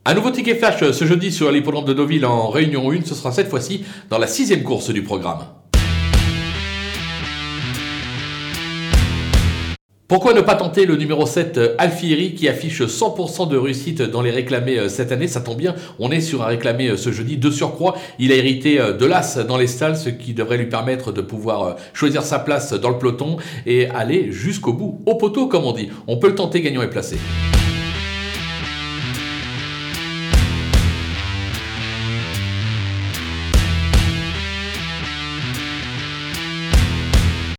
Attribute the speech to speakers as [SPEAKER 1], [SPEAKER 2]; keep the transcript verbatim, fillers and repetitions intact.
[SPEAKER 1] Un nouveau ticket flash ce jeudi sur l'hippodrome de Deauville en Réunion un, ce sera cette fois-ci dans la sixième course du programme. Pourquoi ne pas tenter le numéro sept Alfieri qui affiche cent pour cent de réussite dans les réclamés cette année? Ça tombe bien, on est sur un réclamé ce jeudi. De surcroît, il a hérité de l'As dans les stalles, ce qui devrait lui permettre de pouvoir choisir sa place dans le peloton et aller jusqu'au bout, au poteau comme on dit. On peut le tenter gagnant et placé.